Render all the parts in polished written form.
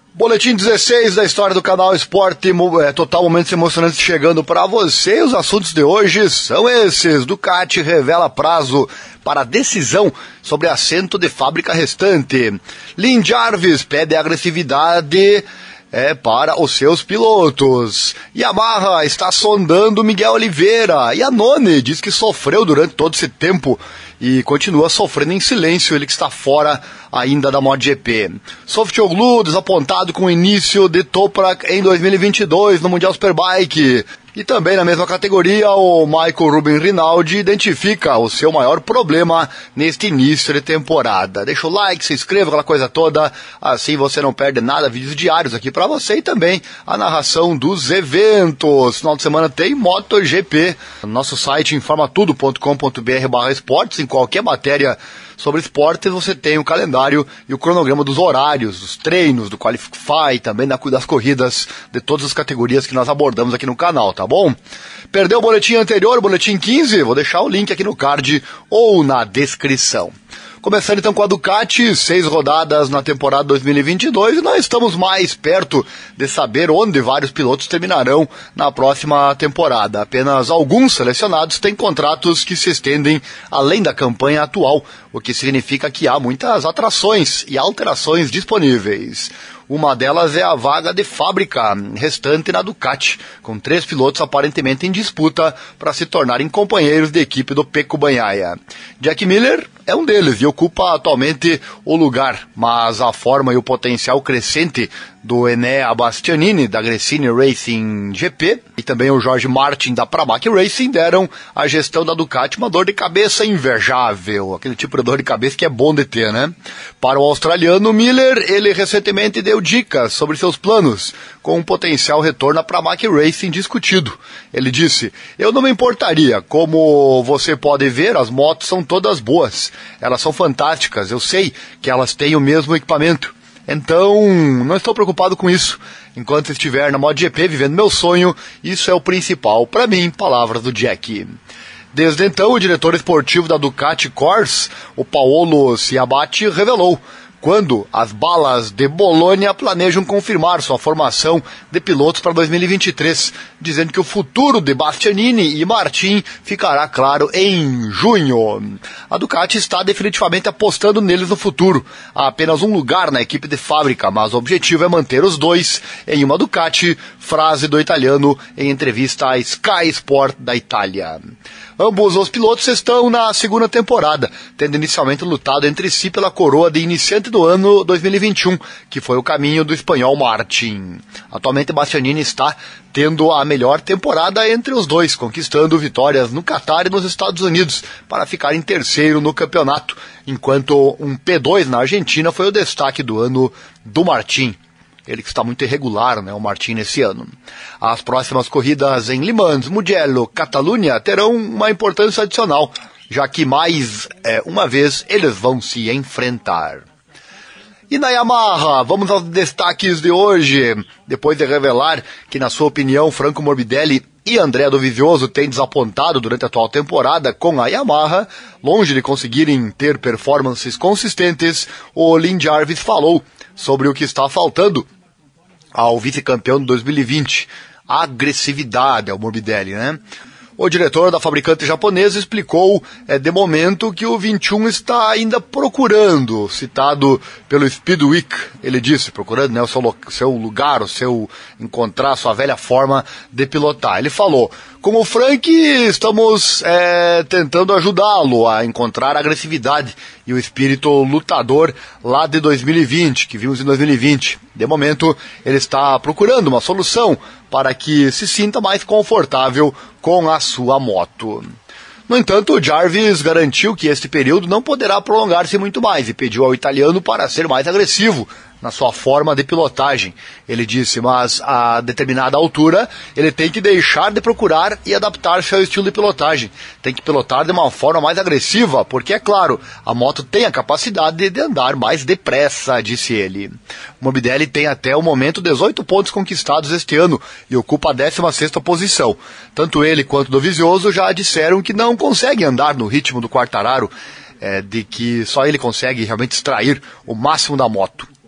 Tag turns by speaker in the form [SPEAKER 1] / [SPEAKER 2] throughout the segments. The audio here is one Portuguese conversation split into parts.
[SPEAKER 1] Boletim 16 da história do canal Esporte Total, momentos emocionantes chegando para você. Os assuntos de hoje são esses. Ducati revela prazo para decisão sobre assento de fábrica restante. Lin Jarvis pede agressividade para os seus pilotos. Yamaha está sondando Miguel Oliveira. E a None diz que sofreu durante todo esse tempo e continua sofrendo em silêncio, ele que está fora ainda da MotoGP. Softoglu desapontado com o início de Toprak em 2022 no Mundial Superbike. E também na mesma categoria, o Michael Ruben Rinaldi identifica o seu maior problema neste início de temporada. Deixa o like, se inscreva, aquela coisa toda, assim você não perde nada, vídeos diários aqui para você e também a narração dos eventos. Final de semana tem MotoGP. No nosso site informatudo.com.br/esportes, em qualquer matéria sobre esportes você tem o calendário e o cronograma dos horários, dos treinos, do Qualify, também das corridas de todas as categorias que nós abordamos aqui no canal, tá bom? Perdeu o boletim anterior, o boletim 15? Vou deixar o link aqui no card ou na descrição. Começando então com a Ducati, 6 rodadas na temporada 2022 e nós estamos mais perto de saber onde vários pilotos terminarão na próxima temporada. Apenas alguns selecionados têm contratos que se estendem além da campanha atual, o que significa que há muitas atrações e alterações disponíveis. Uma delas é a vaga de fábrica restante na Ducati, com 3 pilotos aparentemente em disputa para se tornarem companheiros de equipe do Pecco Bagnaia. Jack Miller é um deles e ocupa atualmente o lugar, mas a forma e o potencial crescente do Enea Bastianini, da Gresini Racing GP, e também o Jorge Martin, da Pramac Racing, deram à gestão da Ducati uma dor de cabeça invejável, aquele tipo de dor de cabeça que é bom de ter, né? Para o australiano Miller, ele recentemente deu dicas sobre seus planos, com um potencial retorno à Pramac Racing discutido. Ele disse: "Eu não me importaria, como você pode ver, as motos são todas boas, elas são fantásticas, eu sei que elas têm o mesmo equipamento. Então, não estou preocupado com isso. Enquanto estiver na MotoGP vivendo meu sonho, isso é o principal para mim", palavras do Jack. Desde então, o diretor esportivo da Ducati Corse, o Paolo Ciabatti, revelou quando as balas de Bologna planejam confirmar sua formação de pilotos para 2023, dizendo que o futuro de Bastianini e Martin ficará claro em junho. A Ducati está definitivamente apostando neles no futuro. Há apenas um lugar na equipe de fábrica, mas o objetivo é manter os dois em uma Ducati, frase do italiano em entrevista à Sky Sport da Itália. Ambos os pilotos estão na segunda temporada, tendo inicialmente lutado entre si pela coroa de iniciante do ano 2021, que foi o caminho do espanhol Martin. Atualmente Bastianini está tendo a melhor temporada entre os dois, conquistando vitórias no Qatar e nos Estados Unidos, para ficar em terceiro no campeonato, enquanto um P2 na Argentina foi o destaque do ano do Martin. Ele que está muito irregular, né, o Martin, esse ano. As próximas corridas em Le Mans, Mugello, Catalunha terão uma importância adicional, já que mais uma vez eles vão se enfrentar. E na Yamaha, vamos aos destaques de hoje. Depois de revelar que, na sua opinião, Franco Morbidelli e Andrea Dovizioso têm desapontado durante a atual temporada com a Yamaha, longe de conseguirem ter performances consistentes, o Lin Jarvis falou sobre o que está faltando ao vice-campeão de 2020, a agressividade ao Morbidelli, né? O diretor da fabricante japonesa explicou de momento que o 21 está ainda procurando, citado pelo Speedweek, ele disse, procurando, né, o seu lugar, encontrar a sua velha forma de pilotar. Ele falou: "Com o Frank estamos tentando ajudá-lo a encontrar a agressividade e o espírito lutador lá de 2020, que vimos em 2020. De momento, ele está procurando uma solução para que se sinta mais confortável com a sua moto." No entanto, o Jarvis garantiu que este período não poderá prolongar-se muito mais e pediu ao italiano para ser mais agressivo na sua forma de pilotagem. Ele disse, mas a determinada altura ele tem que deixar de procurar e adaptar-se ao estilo de pilotagem. Tem que pilotar de uma forma mais agressiva, porque, é claro, a moto tem a capacidade de andar mais depressa, disse ele. O Morbidelli tem até o momento 18 pontos conquistados este ano e ocupa a 16ª posição. Tanto ele quanto o Dovizioso já disseram que não conseguem andar no ritmo do Quartararo, de que só ele consegue realmente extrair o máximo da moto.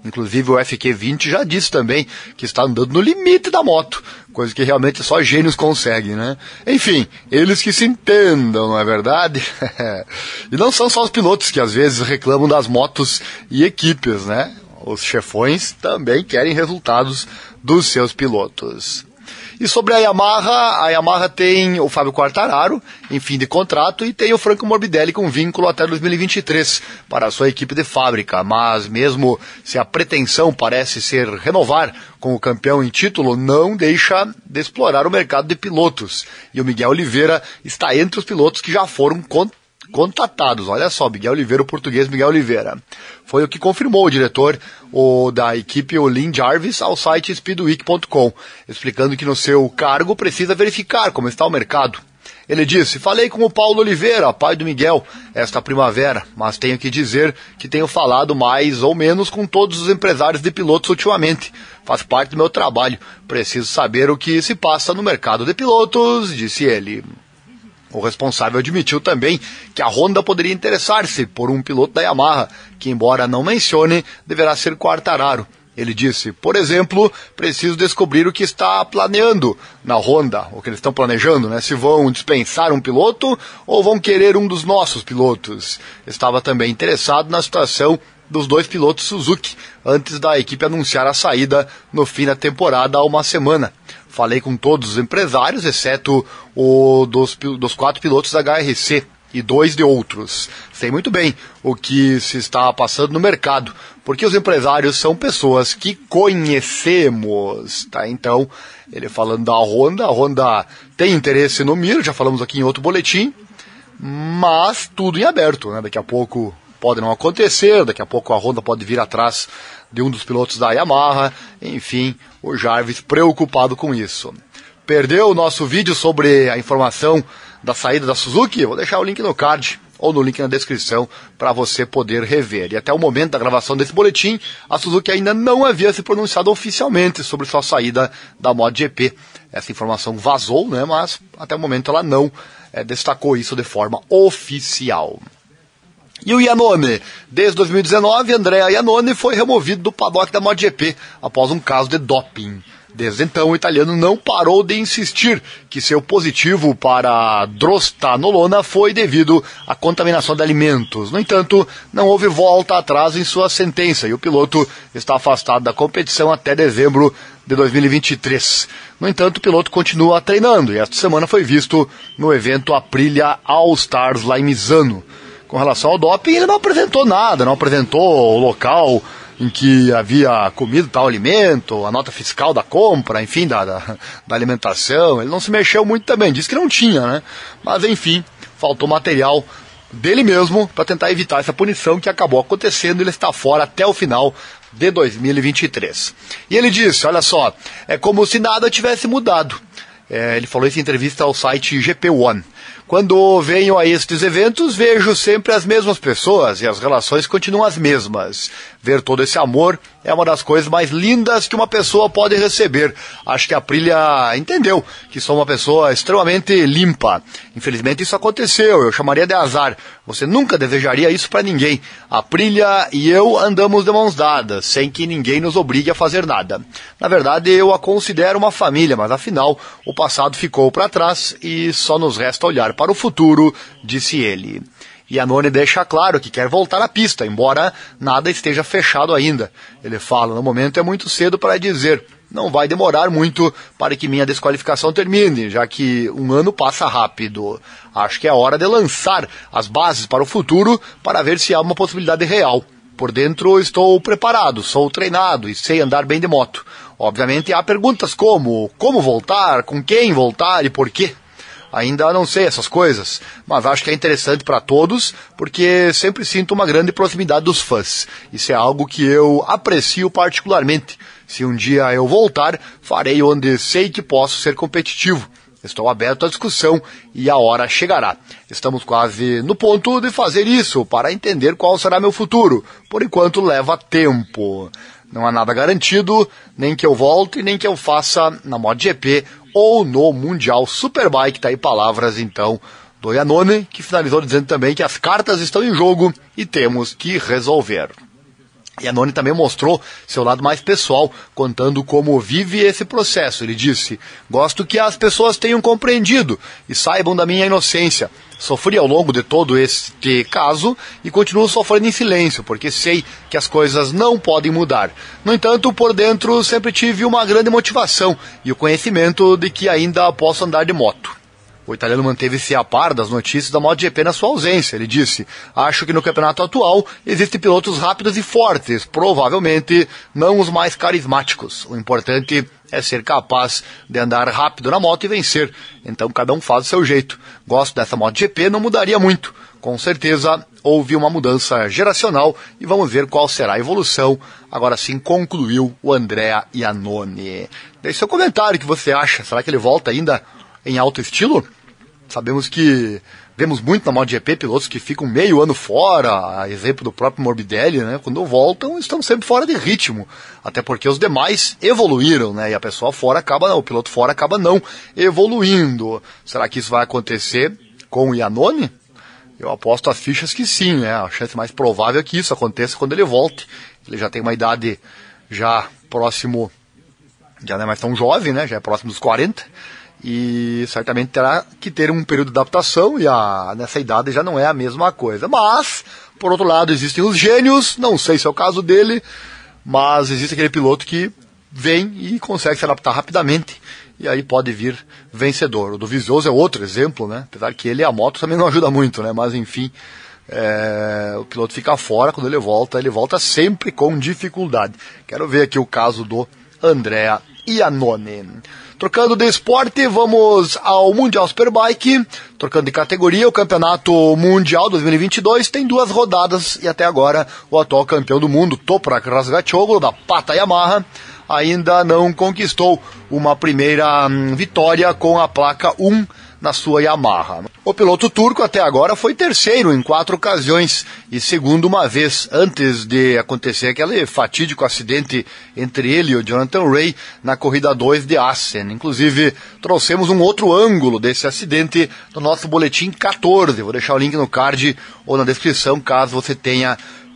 [SPEAKER 1] Inclusive o FQ20 já disse também que está andando no limite da moto, coisa que realmente só gênios conseguem, né? Enfim, eles que se entendam, não é verdade? E não são só os pilotos que às vezes reclamam das motos e equipes, né? Os chefões também querem resultados dos seus pilotos. E sobre a Yamaha tem o Fábio Quartararo em fim de contrato e tem o Franco Morbidelli com vínculo até 2023 para a sua equipe de fábrica. Mas mesmo se a pretensão parece ser renovar com o campeão em título, não deixa de explorar o mercado de pilotos. E o Miguel Oliveira está entre os pilotos que já foram contatados. Olha só, Miguel Oliveira, o português Miguel Oliveira. Foi o que confirmou o diretor da equipe, o Lynn Jarvis, ao site speedweek.com, explicando que no seu cargo precisa verificar como está o mercado. Ele disse: falei com o Paulo Oliveira, pai do Miguel, esta primavera, mas tenho que dizer que tenho falado mais ou menos com todos os empresários de pilotos ultimamente. Faz parte do meu trabalho. Preciso saber o que se passa no mercado de pilotos, disse ele. O responsável admitiu também que a Honda poderia interessar-se por um piloto da Yamaha, que embora não mencione, deverá ser Quartararo. Ele disse: por exemplo, preciso descobrir o que está planeando na Honda, o que eles estão planejando, né? Se vão dispensar um piloto ou vão querer um dos nossos pilotos. Estava também interessado na situação dos dois pilotos Suzuki, antes da equipe anunciar a saída no fim da temporada há uma semana. Falei com todos os empresários, exceto dos 4 pilotos da HRC e 2 de outros. Sei muito bem o que se está passando no mercado, porque os empresários são pessoas que conhecemos, tá? Então, ele falando da Honda, a Honda tem interesse no Mir, já falamos aqui em outro boletim, mas tudo em aberto, né? Daqui a pouco pode não acontecer, daqui a pouco a Honda pode vir atrás de um dos pilotos da Yamaha, enfim, o Jarvis preocupado com isso. Perdeu o nosso vídeo sobre a informação da saída da Suzuki? Vou deixar o link no card ou no link na descrição para você poder rever. E até o momento da gravação desse boletim, a Suzuki ainda não havia se pronunciado oficialmente sobre sua saída da MotoGP. Essa informação vazou, né, mas até o momento ela não destacou isso de forma oficial. E o Iannone? Desde 2019, Andrea Iannone foi removido do paddock da MotoGP após um caso de doping. Desde então, o italiano não parou de insistir que seu positivo para drostanolona foi devido à contaminação de alimentos. No entanto, não houve volta atrás em sua sentença e o piloto está afastado da competição até dezembro de 2023. No entanto, o piloto continua treinando e esta semana foi visto no evento Aprilia All Stars lá em Misano. Com relação ao doping, ele não apresentou nada, não apresentou o local em que havia comido tal alimento, a nota fiscal da compra, enfim, da alimentação. Ele não se mexeu muito também, disse que não tinha, né? Mas, enfim, faltou material dele mesmo para tentar evitar essa punição que acabou acontecendo e ele está fora até o final de 2023. E ele disse, olha só, é como se nada tivesse mudado. Ele falou isso em entrevista ao site GP One. Quando venho a estes eventos, vejo sempre as mesmas pessoas e as relações continuam as mesmas. Ver todo esse amor é uma das coisas mais lindas que uma pessoa pode receber. Acho que a Aprilia entendeu que sou uma pessoa extremamente limpa. Infelizmente isso aconteceu, eu chamaria de azar. Você nunca desejaria isso para ninguém. A Aprilia e eu andamos de mãos dadas, sem que ninguém nos obrigue a fazer nada. Na verdade, eu a considero uma família, mas afinal, o passado ficou para trás e só nos resta olhar para o futuro, disse ele. Iannone deixa claro que quer voltar à pista, embora nada esteja fechado ainda. Ele fala, no momento é muito cedo para dizer, não vai demorar muito para que minha desqualificação termine, já que um ano passa rápido. Acho que é hora de lançar as bases para o futuro para ver se há uma possibilidade real. Por dentro estou preparado, sou treinado e sei andar bem de moto. Obviamente há perguntas como voltar, com quem voltar e por quê. Ainda não sei essas coisas, mas acho que é interessante para todos, porque sempre sinto uma grande proximidade dos fãs. Isso é algo que eu aprecio particularmente. Se um dia eu voltar, farei onde sei que posso ser competitivo. Estou aberto à discussão e a hora chegará. Estamos quase no ponto de fazer isso, para entender qual será meu futuro. Por enquanto leva tempo. Não há nada garantido, nem que eu volte, nem que eu faça na MotoGP ou no Mundial Superbike. Tá aí palavras, então, do Iannone, que finalizou dizendo também que as cartas estão em jogo e temos que resolver. Iannone também mostrou seu lado mais pessoal, contando como vive esse processo. Ele disse: gosto que as pessoas tenham compreendido e saibam da minha inocência. Sofri ao longo de todo este caso e continuo sofrendo em silêncio, porque sei que as coisas não podem mudar. No entanto, por dentro sempre tive uma grande motivação e o conhecimento de que ainda posso andar de moto. O italiano manteve-se a par das notícias da MotoGP na sua ausência. Ele disse: acho que no campeonato atual existem pilotos rápidos e fortes, provavelmente não os mais carismáticos. O importante é ser capaz de andar rápido na moto e vencer. Então cada um faz o seu jeito. Gosto dessa MotoGP, não mudaria muito. Com certeza houve uma mudança geracional e vamos ver qual será a evolução. Agora sim concluiu o Andrea Iannone. Deixe seu comentário, o que você acha? Será que ele volta ainda em alto estilo? Sabemos que vemos muito na MotoGP pilotos que ficam meio ano fora, a exemplo do próprio Morbidelli, né? Quando voltam, estão sempre fora de ritmo, até porque os demais evoluíram, né? E a pessoa fora acaba, o piloto fora acaba não evoluindo. Será que isso vai acontecer com o Iannone? Eu aposto as fichas que sim, né? A chance mais provável é que isso aconteça quando ele volte. Ele já tem uma idade já próximo, já não é mais tão jovem, né? Já é próximo dos 40. E certamente terá que ter um período de adaptação e nessa idade já não é a mesma coisa. Mas, por outro lado, existem os gênios, não sei se é o caso dele, mas existe aquele piloto que vem e consegue se adaptar rapidamente e aí pode vir vencedor. O Dovizioso é outro exemplo, né? Apesar que ele e a moto também não ajuda muito, né? Mas enfim, o piloto fica fora, quando ele volta sempre com dificuldade. Quero ver aqui o caso do Andrea Iannone. Trocando de esporte, vamos ao Mundial Superbike. Trocando de categoria, o Campeonato Mundial 2022 tem 2 rodadas e até agora o atual campeão do mundo, Toprak Razgatlioglu, da Pata Yamaha, ainda não conquistou uma primeira vitória com a placa 1 na sua Yamaha. O piloto turco até agora foi terceiro em 4 ocasiões e segundo uma vez, antes de acontecer aquele fatídico acidente entre ele e o Jonathan Rea na corrida 2 de Assen. Inclusive, trouxemos um outro ângulo desse acidente no nosso boletim 14. Vou deixar o link no card ou na descrição caso você tenha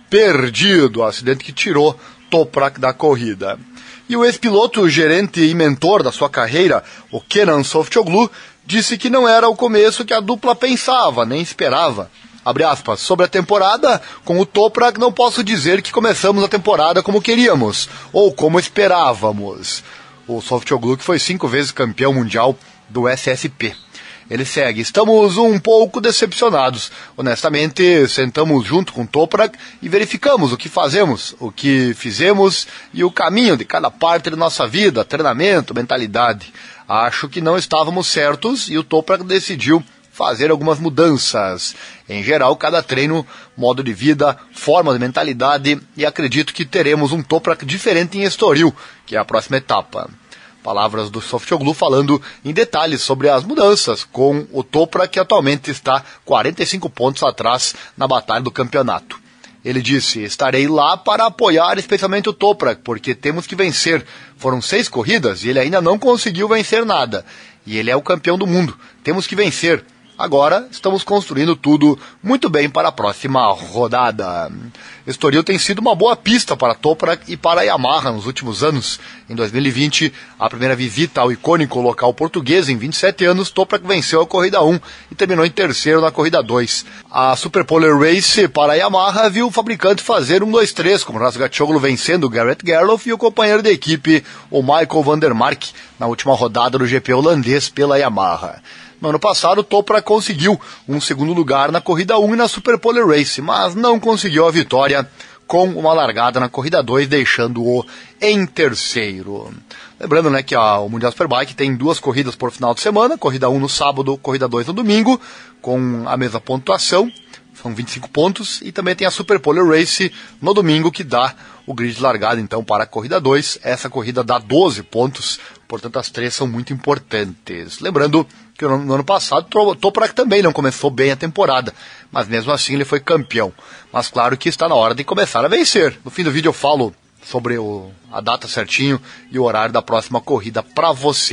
[SPEAKER 1] perdido o acidente que tirou Toprak da corrida. E o ex-piloto, gerente e mentor da sua carreira, o Kenan Sofuoglu, disse que não era o começo que a dupla pensava, nem esperava. Abre aspas, sobre a temporada, com o Toprak não posso dizer que começamos a temporada como queríamos, ou como esperávamos. O Sofuoglu que foi 5 vezes campeão mundial do SSP. Ele segue: estamos um pouco decepcionados. Honestamente, sentamos junto com o Toprak e verificamos o que fazemos, o que fizemos e o caminho de cada parte da nossa vida, treinamento, mentalidade. Acho que não estávamos certos e o Toprak decidiu fazer algumas mudanças. Em geral, cada treino, modo de vida, forma de mentalidade, e acredito que teremos um Toprak diferente em Estoril, que é a próxima etapa. Palavras do Sofuoglu falando em detalhes sobre as mudanças com o Toprak, que atualmente está 45 pontos atrás na batalha do campeonato. Ele disse: estarei lá para apoiar especialmente o Toprak, porque temos que vencer. Foram 6 corridas e ele ainda não conseguiu vencer nada. E ele é o campeão do mundo. Temos que vencer. Agora estamos construindo tudo muito bem para a próxima rodada. Estoril tem sido uma boa pista para Toprak e para a Yamaha nos últimos anos. Em 2020, a primeira visita ao icônico local português em 27 anos, Toprak venceu a corrida 1 e terminou em terceiro na corrida 2. A Superpolar Race para a Yamaha viu o fabricante fazer 1-2-3, com Razgatlioglu vencendo o Garrett Gerloff e o companheiro da equipe, o Michael van der Mark, na última rodada do GP holandês pela Yamaha. No ano passado, o Toprak conseguiu um segundo lugar na corrida 1 e na Superpolar Race, mas não conseguiu a vitória com uma largada na corrida 2, deixando-o em terceiro. Lembrando, né, que o Mundial Superbike tem 2 corridas por final de semana, corrida 1 no sábado, corrida 2 no domingo, com a mesma pontuação, são 25 pontos, e também tem a Superpolar Race no domingo, que dá o grid de largada, então, para a corrida 2. Essa corrida dá 12 pontos, portanto as 3 são muito importantes. Lembrando que no ano passado o Toprak também não começou bem a temporada, mas mesmo assim ele foi campeão. Mas claro que está na hora de começar a vencer. No fim do vídeo eu falo sobre a data certinho e o horário da próxima corrida para você.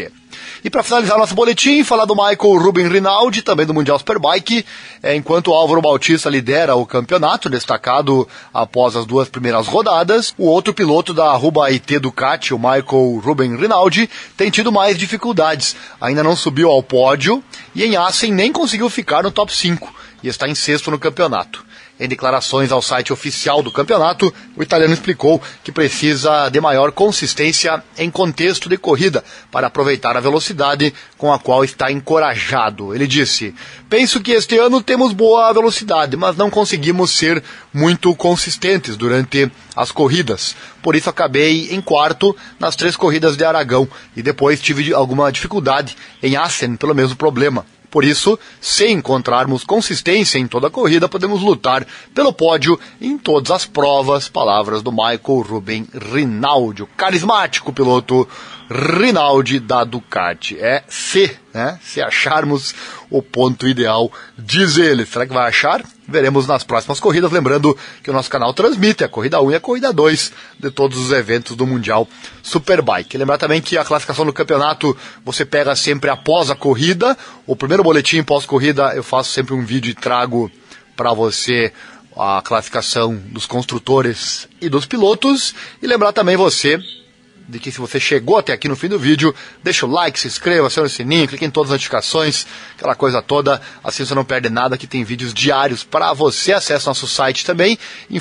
[SPEAKER 1] E para finalizar nosso boletim, falar do Michael Ruben Rinaldi, também do Mundial Superbike, enquanto o Álvaro Bautista lidera o campeonato, destacado após as 2 primeiras rodadas, o outro piloto da Aruba IT Ducati, o Michael Ruben Rinaldi, tem tido mais dificuldades. Ainda não subiu ao pódio e em Assen nem conseguiu ficar no top 5 e está em 6º no campeonato. Em declarações ao site oficial do campeonato, o italiano explicou que precisa de maior consistência em contexto de corrida para aproveitar a velocidade com a qual está encorajado. Ele disse: "Penso que este ano temos boa velocidade, mas não conseguimos ser muito consistentes durante as corridas. Por isso acabei em 4º nas 3 corridas de Aragão e depois tive alguma dificuldade em Assen pelo mesmo problema. Por isso, se encontrarmos consistência em toda a corrida, podemos lutar pelo pódio em todas as provas." Palavras do Michael Ruben Rinaldi, o carismático piloto Rinaldi da Ducati. Se acharmos o ponto ideal, diz ele. Será que vai achar? Veremos nas próximas corridas, lembrando que o nosso canal transmite a corrida 1 e a corrida 2 de todos os eventos do Mundial Superbike. Lembrar também que a classificação do campeonato você pega sempre após a corrida. O primeiro boletim pós-corrida eu faço sempre um vídeo e trago para você a classificação dos construtores e dos pilotos. E lembrar também você de que se você chegou até aqui no fim do vídeo, deixa o like, se inscreva, acione o sininho, clique em todas as notificações, aquela coisa toda, assim você não perde nada, que tem vídeos diários para você. Acesse nosso site também,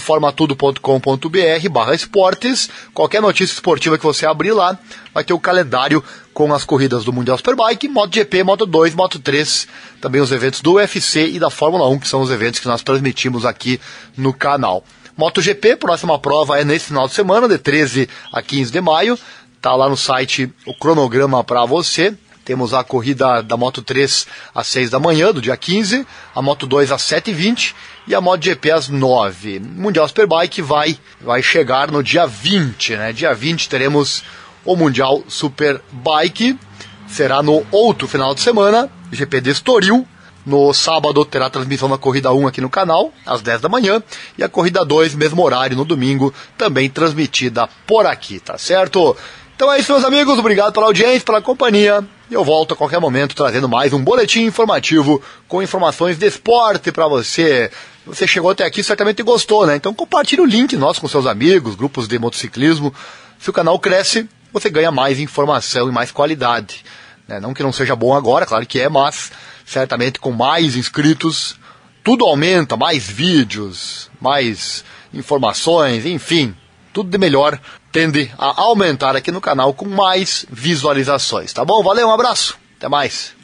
[SPEAKER 1] informatudo.com.br/esportes. Qualquer notícia esportiva que você abrir lá, vai ter o calendário com as corridas do Mundial Superbike, MotoGP, Moto2, Moto3, também os eventos do UFC e da Fórmula 1, que são os eventos que nós transmitimos aqui no canal. MotoGP, próxima prova é nesse final de semana, de 13 a 15 de maio. Está lá no site o cronograma para você. Temos a corrida da Moto3 às 6 da manhã, do dia 15, a Moto2 às 7h20 e a MotoGP às 9. O Mundial Superbike vai chegar no dia 20, né? Dia 20 teremos o Mundial Superbike. Será no outro final de semana, GP de Estoril. No sábado terá a transmissão da Corrida 1 aqui no canal, às 10 da manhã, e a Corrida 2, mesmo horário, no domingo, também transmitida por aqui, tá certo? Então é isso, meus amigos, obrigado pela audiência, pela companhia, e eu volto a qualquer momento trazendo mais um boletim informativo com informações de esporte para você. Você chegou até aqui, certamente gostou, né? Então compartilhe o link nosso com seus amigos, grupos de motociclismo. Se o canal cresce, você ganha mais informação e mais qualidade, né? Não que não seja bom agora, claro que é, mas certamente com mais inscritos, tudo aumenta, mais vídeos, mais informações, enfim, tudo de melhor tende a aumentar aqui no canal com mais visualizações, tá bom? Valeu, um abraço, até mais.